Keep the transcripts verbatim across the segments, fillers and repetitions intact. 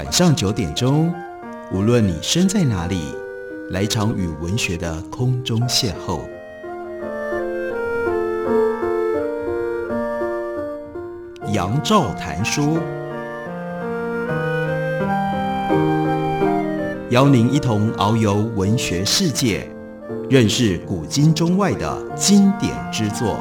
晚上九点钟，无论你身在哪里，来一场与文学的空中邂逅。杨照谈书，邀您一同遨游文学世界，认识古今中外的经典之作。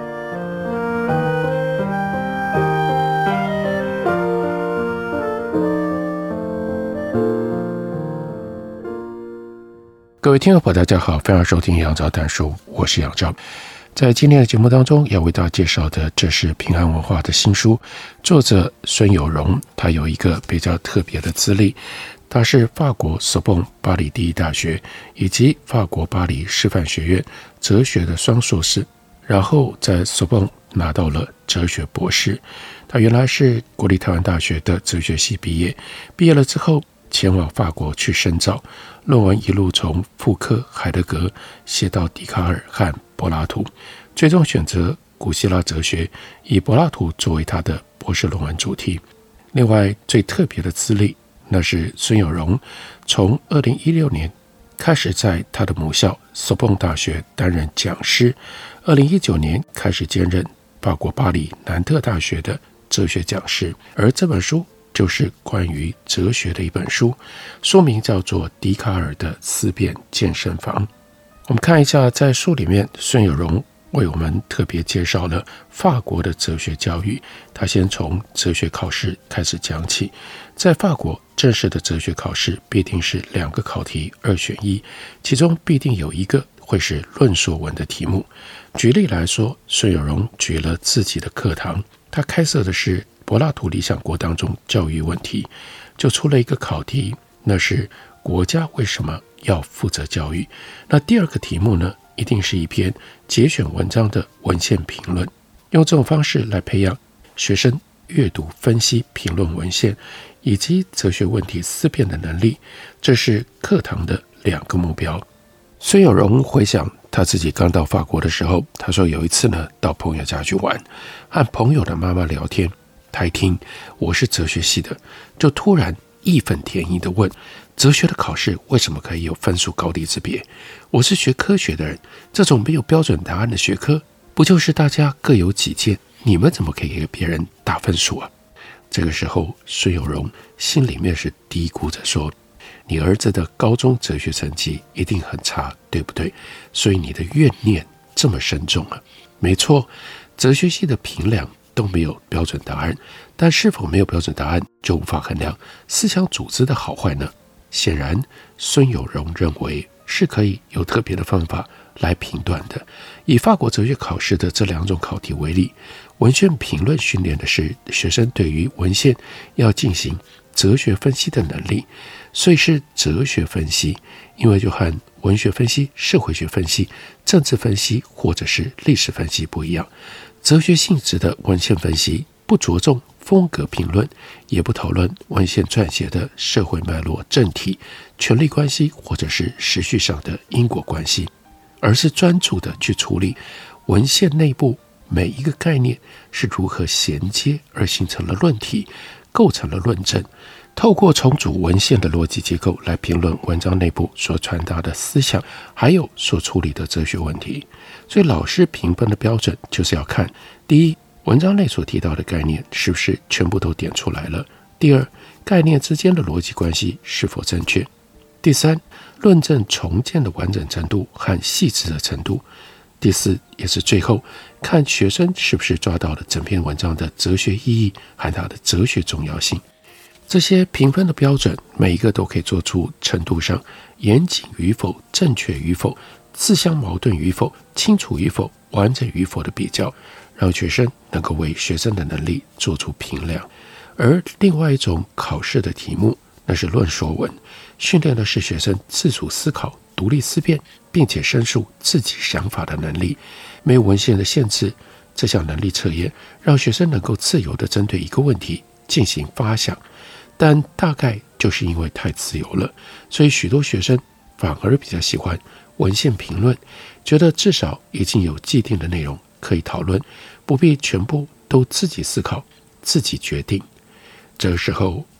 各位听众朋友大家好，欢迎收听杨照谈书，我是杨照。在今天的节目当中要为大家介绍的，这是平安文化的新书，作者孙有荣。他有一个比较特别的资历，他是法国索邦巴黎第一大学以及法国巴黎师范学院哲学的双硕士，然后在索邦拿到了哲学博士。他原来是国立台湾大学的哲学系毕业，毕业了之后前往法国去深造，论文一路从傅柯、海德格写到笛卡尔和柏拉图，最终选择古希腊哲学，以柏拉图作为他的博士论文主题。另外最特别的资历，那是孙有荣从二零一六年开始在他的母校索邦大学担任讲师，二零一九年开始兼任法国巴黎南特大学的哲学讲师。而这本书就是关于哲学的一本书，书名叫做《笛卡尔的思辨健身房》。我们看一下，在书里面孙有荣为我们特别介绍了法国的哲学教育。他先从哲学考试开始讲起。在法国正式的哲学考试必定是两个考题二选一，其中必定有一个会是论说文的题目。举例来说，孙有荣举了自己的课堂，他开设的是柏拉图理想国当中教育问题，就出了一个考题，那是国家为什么要负责教育。那第二个题目呢，一定是一篇节选文章的文献评论，用这种方式来培养学生阅读、分析、评论文献以及哲学问题思辨的能力，这是课堂的两个目标。孙有荣回想他自己刚到法国的时候，他说有一次呢，到朋友家去玩，和朋友的妈妈聊天，他一听我是哲学系的，就突然义愤填膺地问，哲学的考试为什么可以有分数高低之别？我是学科学的人，这种没有标准答案的学科，不就是大家各有己见，你们怎么可以给别人打分数啊？这个时候孙有荣心里面是嘀咕着说，你儿子的高中哲学成绩一定很差，对不对？所以你的怨念这么深重啊。没错，哲学系的评量都没有标准答案，但是否没有标准答案就无法衡量思想组织的好坏呢？显然孙有荣认为是可以有特别的方法来评断的。以法国哲学考试的这两种考题为例，文献评论训练的是学生对于文献要进行哲学分析的能力，所以是哲学分析，因为就和文学分析、社会学分析、政治分析或者是历史分析不一样。哲学性质的文献分析不着重风格评论，也不讨论文献撰写的社会脉络、政体、权力关系或者是时序上的因果关系，而是专注的去处理文献内部每一个概念是如何衔接而形成了论题，构成了论证，透过重组文献的逻辑结构来评论文章内部所传达的思想，还有所处理的哲学问题。所以老师评分的标准就是要看，第一，文章内所提到的概念是不是全部都点出来了；第二，概念之间的逻辑关系是否正确；第三，论证重建的完整程度和细致的程度；第四，也是最后，看学生是不是抓到了整篇文章的哲学意义和它的哲学重要性。这些评分的标准，每一个都可以做出程度上严谨与否、正确与否、自相矛盾与否、清楚与否、完整与否的比较，让学生能够为学生的能力做出评量。而另外一种考试的题目，那是论说文，训练的是学生自主思考、独立思辨，并且申述自己想法的能力。没有文献的限制，这项能力测验让学生能够自由地针对一个问题进行发想，但大概就是因为太自由了，所以许多学生反而比较喜欢文献评论，觉得至少已经有既定的内容可以讨论，不必全部都自己思考、自己决定。这个时候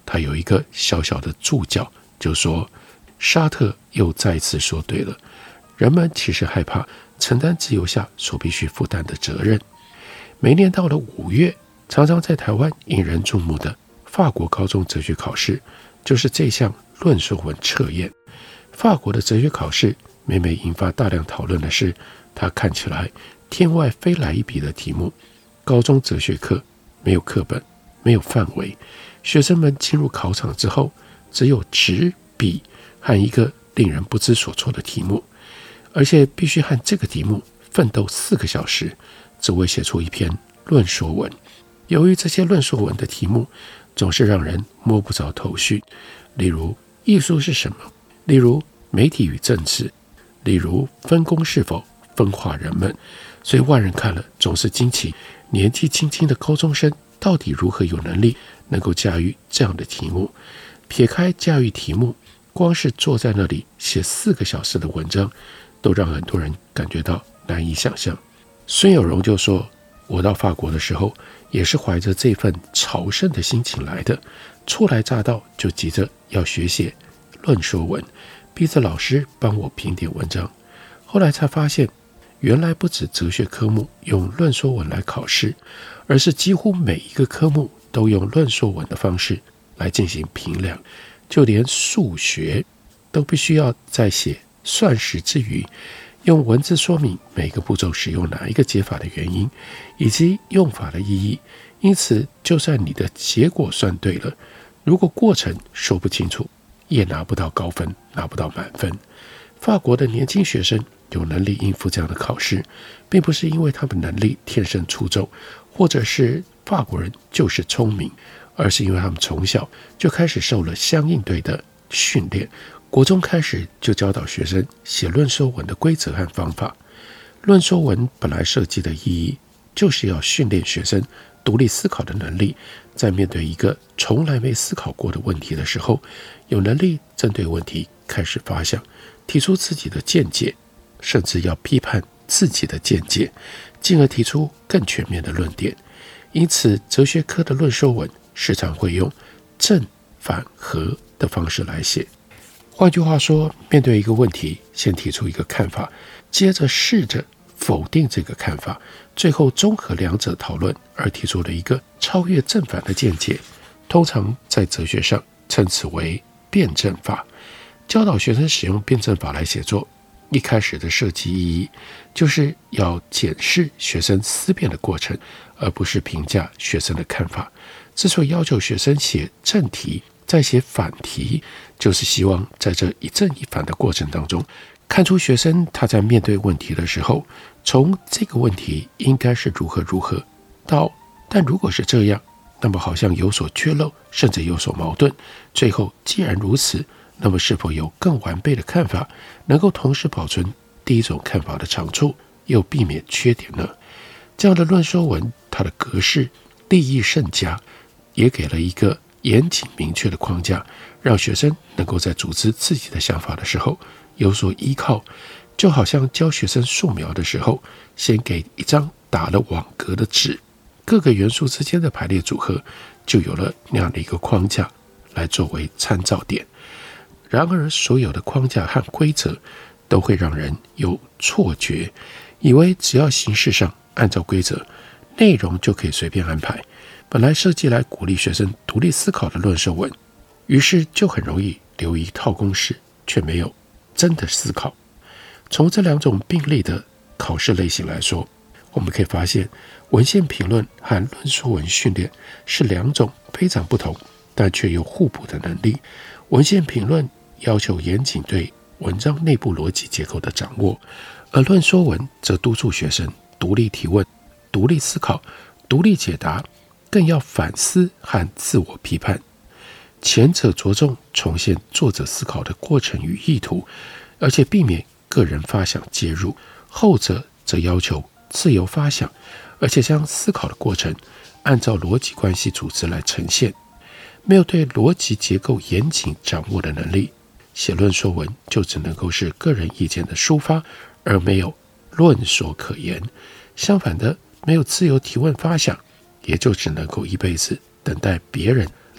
他有一个小小的注脚，就说沙特又再次说对了，人们其实害怕承担自由下所必须负担的责任。每年到了五月，常常在台湾引人注目的法国高中哲学考试，就是这项论说文测验。法国的哲学考试每每引发大量讨论的是，它看起来天外飞来一笔的题目。高中哲学课没有课本，没有范围，学生们进入考场之后，只有纸笔和一个令人不知所措的题目，而且必须和这个题目奋斗四个小时，只为写出一篇论说文。由于这些论说文的题目总是让人摸不着头绪，例如艺术是什么，例如媒体与政治，例如分工是否分化人们，所以外人看了总是惊奇，年纪轻轻的高中生到底如何有能力能够驾驭这样的题目。撇开驾驭题目，光是坐在那里写四个小时的文章，都让很多人感觉到难以想象。孙有荣就说，我到法国的时候也是怀着这份朝圣的心情来的，初来乍到就急着要学写论说文，逼着老师帮我评点文章。后来才发现，原来不止哲学科目用论说文来考试，而是几乎每一个科目都用论说文的方式来进行评量，就连数学都必须要在写算式之余，用文字说明每个步骤使用哪一个解法的原因，以及用法的意义。因此，就算你的结果算对了，如果过程说不清楚，也拿不到高分，拿不到满分。法国的年轻学生有能力应付这样的考试，并不是因为他们能力天生出众，或者是法国人就是聪明，而是因为他们从小就开始受了相应对的训练。国中开始就教导学生写论说文的规则和方法。论说文本来设计的意义，就是要训练学生独立思考的能力，在面对一个从来没思考过的问题的时候，有能力针对问题开始发想，提出自己的见解，甚至要批判自己的见解，进而提出更全面的论点。因此，哲学科的论说文时常会用正反合的方式来写。换句话说，面对一个问题，先提出一个看法，接着试着否定这个看法，最后综合两者讨论，而提出了一个超越正反的见解。通常在哲学上称此为辩证法。教导学生使用辩证法来写作，一开始的设计意义就是要检视学生思辨的过程，而不是评价学生的看法。之所以要求学生写正题再写反题，就是希望在这一正一反的过程当中，看出学生他在面对问题的时候，从这个问题应该是如何如何到，但如果是这样，那么好像有所缺漏，甚至有所矛盾。最后既然如此，那么是否有更完备的看法，能够同时保存第一种看法的长处，又避免缺点呢？这样的论说文，它的格式立意甚佳，也给了一个严谨明确的框架，让学生能够在组织自己的想法的时候有所依靠。就好像教学生素描的时候，先给一张打了网格的纸，各个元素之间的排列组合就有了那样的一个框架来作为参照点。然而，所有的框架和规则都会让人有错觉，以为只要形式上按照规则，内容就可以随便安排。本来设计来鼓励学生独立思考的论说文，于是就很容易流于套公式，却没有真的思考。从这两种并立的考试类型来说，我们可以发现，文献评论和论说文训练是两种非常不同，但却又互补的能力。文献评论要求严谨对文章内部逻辑结构的掌握，而论说文则督促学生独立提问、独立思考、独立解答，更要反思和自我批判。前者着重重现作者思考的过程与意图，而且避免个人发想介入；后者则要求自由发想，而且将思考的过程按照逻辑关系组织来呈现。没有对逻辑结构严谨掌握的能力，写论说文就只能够是个人意见的抒发，而没有论说可言。相反的，没有自由提问发想，也就只能够一辈子等待别人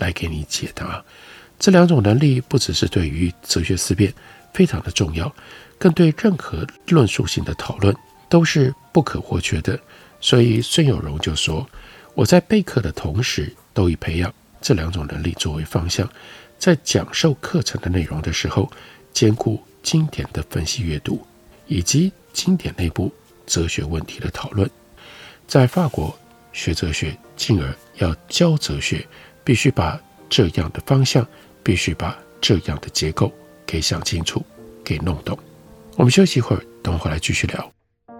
来给你解答。这两种能力不只是对于哲学思辨非常的重要，更对任何论述性的讨论都是不可或缺的。所以孙有荣就说，我在备课的同时都以培养这两种能力作为方向，在讲授课程的内容的时候，兼顾经典的分析阅读以及经典内部哲学问题的讨论。在法国学哲学，进而要教哲学，必须把这样的方向，必须把这样的结构给想清楚，给弄懂。我们休息一会儿，等会儿来继续聊。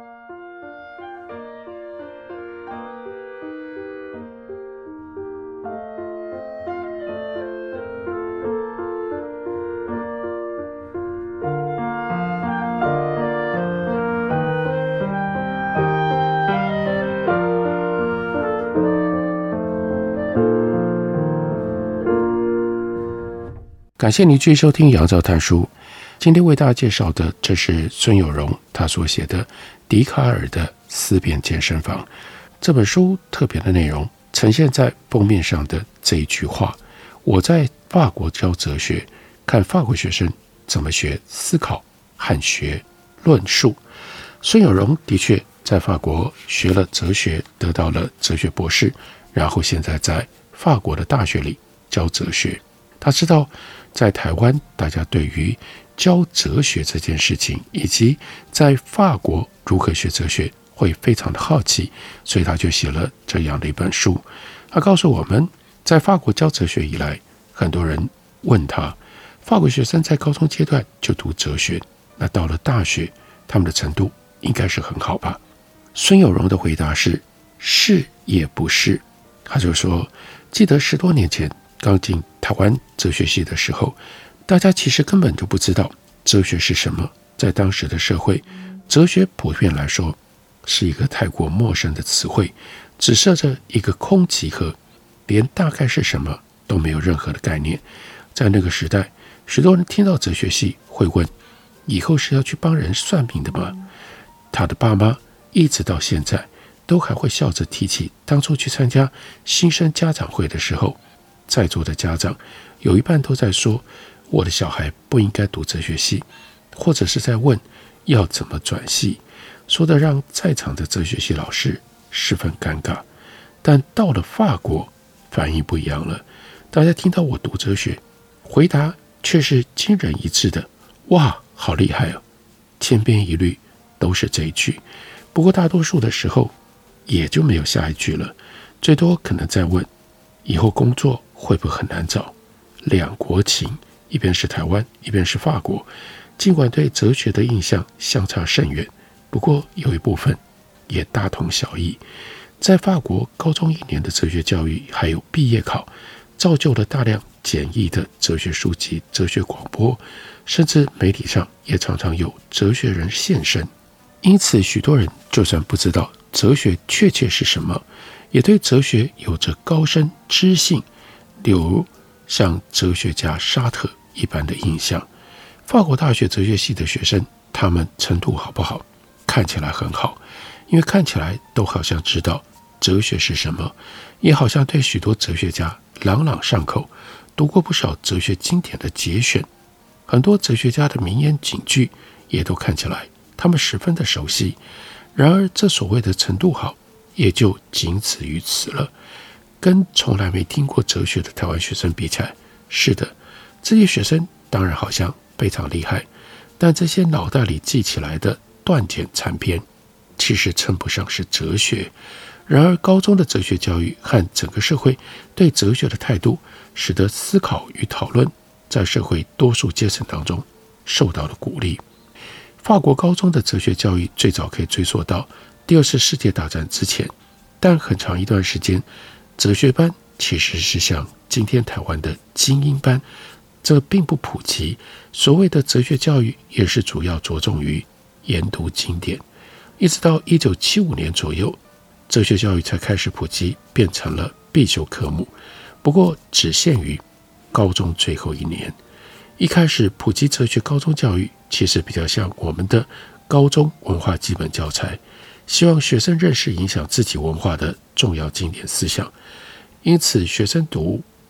感谢您继续收听杨照谈书。今天为大家介绍的，这是孙有荣他所写的《笛卡尔的思辨健身房》。这本书特别的内容呈现在封面上的这一句话：我在法国教哲学，看法国学生怎么学思考和学论述。孙有荣的确在法国学了哲学，得到了哲学博士，然后现在在法国的大学里教哲学。他知道在台湾大家对于教哲学这件事情，以及在法国如何学哲学会非常的好奇，所以他就写了这样的一本书。他告诉我们，在法国教哲学以来，很多人问他，法国学生在高中阶段就读哲学，那到了大学他们的程度应该是很好吧？孙有荣的回答是，是也不是。他就说，记得十多年前刚进台湾哲学系的时候，大家其实根本就不知道哲学是什么。在当时的社会，哲学普遍来说是一个太过陌生的词汇，只设着一个空集合，连大概是什么都没有任何的概念。在那个时代，许多人听到哲学系会问，以后是要去帮人算命的吗？他的爸妈一直到现在都还会笑着提起当初去参加新生家长会的时候，在座的家长有一半都在说，我的小孩不应该读哲学系，或者是在问要怎么转系，说的让在场的哲学系老师十分尴尬。但到了法国，反应不一样了，大家听到我读哲学，回答却是惊人一致的，哇，好厉害哦！千篇一律都是这一句。不过大多数的时候也就没有下一句了，最多可能在问，以后工作会不会很难找？两国情，一边是台湾，一边是法国，尽管对哲学的印象相差甚远，不过有一部分也大同小异。在法国，高中一年的哲学教育还有毕业考，造就了大量简易的哲学书籍、哲学广播，甚至媒体上也常常有哲学人现身。因此，许多人就算不知道哲学确切是什么，也对哲学有着高深知性，例如像哲学家沙特一般的印象。法国大学哲学系的学生，他们程度好不好？看起来很好，因为看起来都好像知道哲学是什么，也好像对许多哲学家朗朗上口，读过不少哲学经典的节选，很多哲学家的名言警句也都看起来他们十分的熟悉。然而这所谓的程度好，也就仅此于此了。跟从来没听过哲学的台湾学生比起来，是的，这些学生当然好像非常厉害，但这些脑袋里记起来的断简残篇，其实称不上是哲学。然而高中的哲学教育和整个社会对哲学的态度，使得思考与讨论在社会多数阶层当中受到了鼓励。法国高中的哲学教育最早可以追溯到第二次世界大战之前，但很长一段时间，哲学班其实是像今天台湾的精英班，这并不普及。所谓的哲学教育也是主要着重于研读经典，一直到一九七五年左右，哲学教育才开始普及，变成了必修科目。不过只限于高中最后一年。一开始普及哲学高中教育，其实比较像我们的高中文化基本教材，希望学生认识影响自己文化的重要经典思想。因此学生读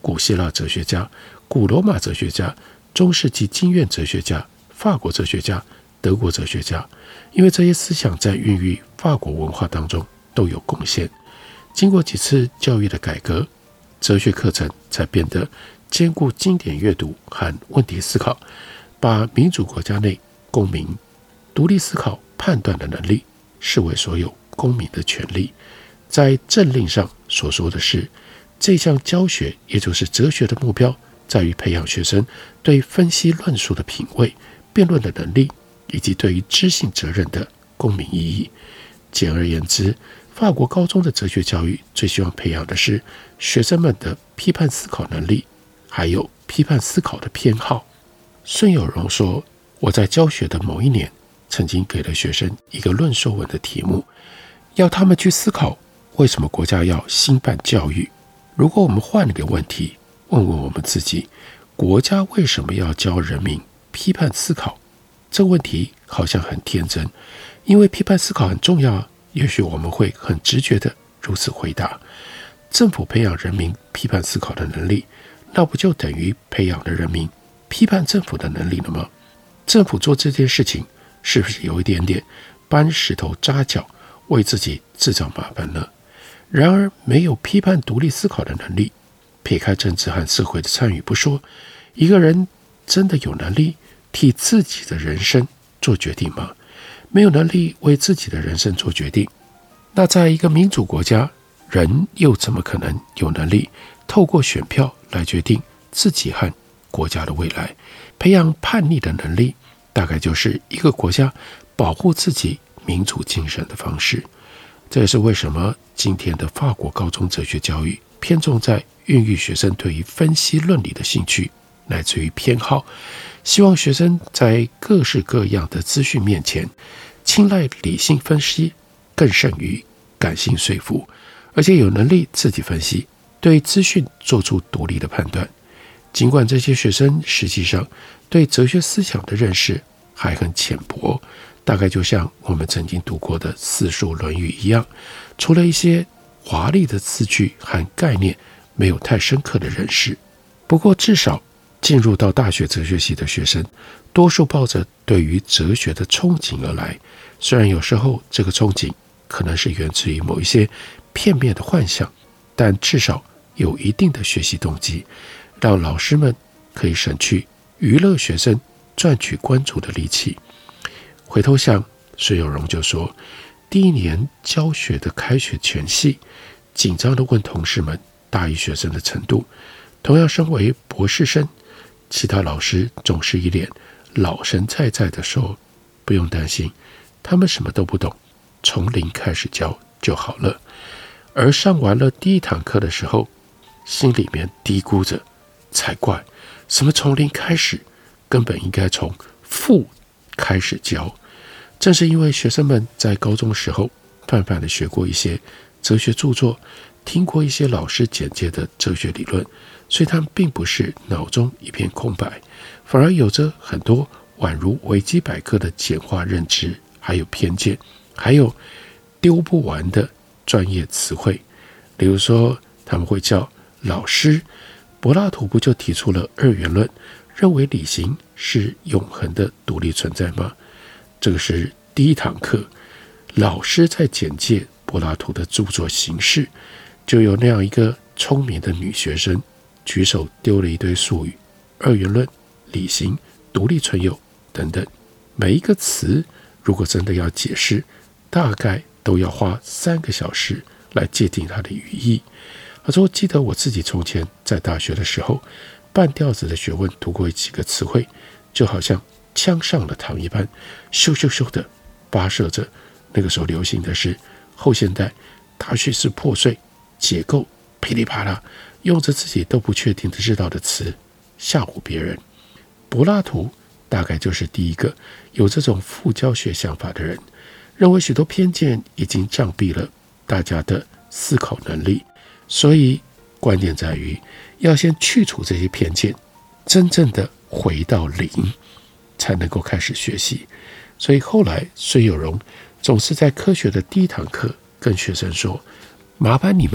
古希腊哲学家、古罗马哲学家、中世纪经院哲学家、法国哲学家、德国哲学家，因为这些思想在孕育法国文化当中都有贡献。经过几次教育的改革，哲学课程才变得兼顾经典阅读和问题思考，把民主国家内公民独立思考判断的能力视为所有公民的权利。在政令上所说的是，这项教学也就是哲学的目标在于培养学生对分析论述的品味、辩论的能力以及对于知性责任的公民意义。简而言之，法国高中的哲学教育最希望培养的是学生们的批判思考能力，还有批判思考的偏好。孙有荣说，我在教学的某一年曾经给了学生一个论说文的题目，要他们去思考为什么国家要兴办教育。如果我们换了个问题，问问我们自己，国家为什么要教人民批判思考？这个问题好像很天真，因为批判思考很重要啊。也许我们会很直觉地如此回答。政府培养人民批判思考的能力，那不就等于培养了人民批判政府的能力了吗？政府做这件事情是不是有一点点搬石头扎脚，为自己制造麻烦呢？然而没有批判独立思考的能力，撇开政治和社会的参与不说，一个人真的有能力替自己的人生做决定吗？没有能力为自己的人生做决定，那在一个民主国家，人又怎么可能有能力透过选票来决定自己和国家的未来？培养叛逆的能力，大概就是一个国家保护自己民主精神的方式。这也是为什么今天的法国高中哲学教育偏重在孕育学生对于分析论理的兴趣，乃至于偏好，希望学生在各式各样的资讯面前青睐理性分析更胜于感性说服，而且有能力自己分析，对资讯做出独立的判断。尽管这些学生实际上对哲学思想的认识还很浅薄，大概就像我们曾经读过的四书论语一样，除了一些华丽的字句和概念，没有太深刻的认识。不过至少进入到大学哲学系的学生，多数抱着对于哲学的憧憬而来，虽然有时候这个憧憬可能是源自于某一些片面的幻想，但至少有一定的学习动机，让老师们可以省去娱乐学生赚取关注的力气。回头想，孙有荣就说，第一年教学的开学前夕，紧张地问同事们大一学生的程度，同样身为博士生，其他老师总是一脸老神在在地说，不用担心，他们什么都不懂，从零开始教就好了。而上完了第一堂课的时候，心里面嘀咕着，才怪，什么从零开始，根本应该从负开始教。正是因为学生们在高中时候泛泛地学过一些哲学著作，听过一些老师简介的哲学理论，所以他们并不是脑中一片空白，反而有着很多宛如维基百科的简化认知，还有偏见，还有丢不完的专业词汇。比如说他们会叫老师，柏拉图不就提出了二元论，认为理性是永恒的独立存在吗？这个是第一堂课，老师在简介柏拉图的著作形式，就有那样一个聪明的女学生举手丢了一堆术语，二元论、理性、独立存有等等，每一个词如果真的要解释，大概都要花三个小时来界定它的语义。他说，记得我自己从前在大学的时候，半吊子的学问读过几个词汇，就好像枪上了膛一般，咻咻咻的发射着。那个时候流行的是后现代大叙事破碎解构，噼里啪啦用着自己都不确定的知道的词吓唬别人。柏拉图大概就是第一个有这种副教学想法的人，认为许多偏见已经障蔽了大家的思考能力，所以关键在于要先去除这些偏见，真正的回到零，才能够开始学习。所以后来孙有荣总是在科学的第一堂课跟学生说，麻烦你们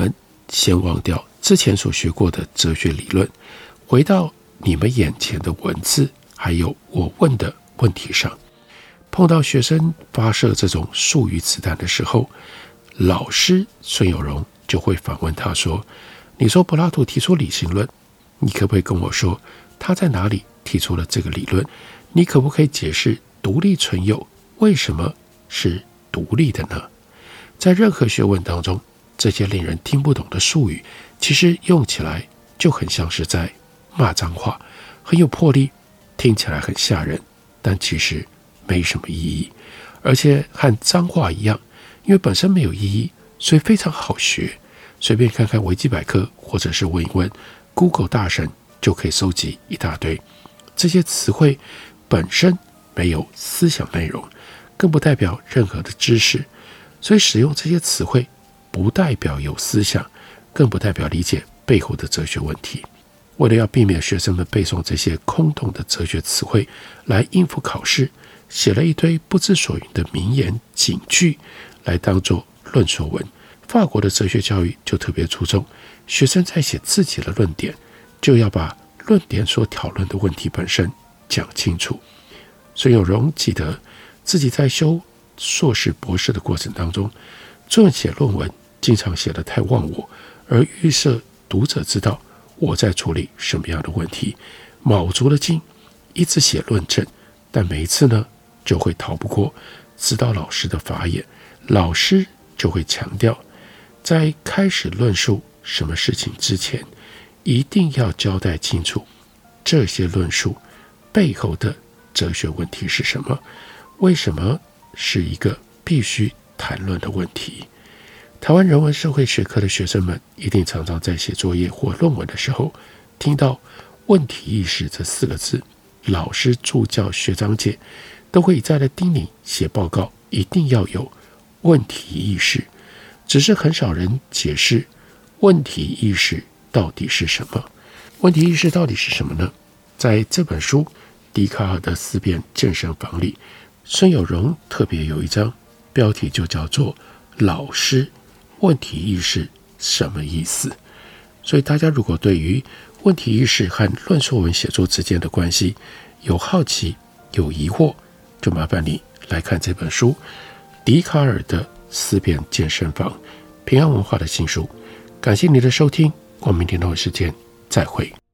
先忘掉之前所学过的哲学理论，回到你们眼前的文字，还有我问的问题上。碰到学生发射这种术语子弹的时候，老师孙有荣就会反问他说，你说柏拉图提出理性论，你可不可以跟我说他在哪里提出了这个理论？你可不可以解释独立存有为什么是独立的呢？在任何学问当中，这些令人听不懂的术语其实用起来就很像是在骂脏话，很有魄力，听起来很吓人，但其实没什么意义，而且和脏话一样，因为本身没有意义，所以非常好学，随便看看维基百科或者是问一问 Google 大神就可以收集一大堆。这些词汇本身没有思想内容，更不代表任何的知识，所以使用这些词汇不代表有思想，更不代表理解背后的哲学问题。为了要避免学生们背诵这些空洞的哲学词汇来应付考试，写了一堆不知所云的名言警句来当作论说文。法国的哲学教育就特别注重学生在写自己的论点，就要把论点所讨论的问题本身讲清楚。孙有荣记得自己在修硕士博士的过程当中，撰写论文经常写得太忘我，而预设读者知道我在处理什么样的问题，卯足了劲一直写论证，但每一次呢就会逃不过指导老师的法眼。老师就会强调，在开始论述什么事情之前，一定要交代清楚这些论述背后的哲学问题是什么，为什么是一个必须谈论的问题。台湾人文社会学科的学生们一定常常在写作业或论文的时候听到问题意识这四个字，老师、助教、学长姐都会一再的叮咛写报告一定要有问题意识，只是很少人解释问题意识到底是什么。问题意识到底是什么呢？在这本书笛卡尔的思辨健身房里，孙有荣特别有一章标题就叫做老师问题意识什么意思。所以大家如果对于问题意识和论述文写作之间的关系有好奇有疑惑，就麻烦你来看这本书，笛卡尔的思辨健身房，平安文化的新书。感谢你的收听，我们明天同一时间再会。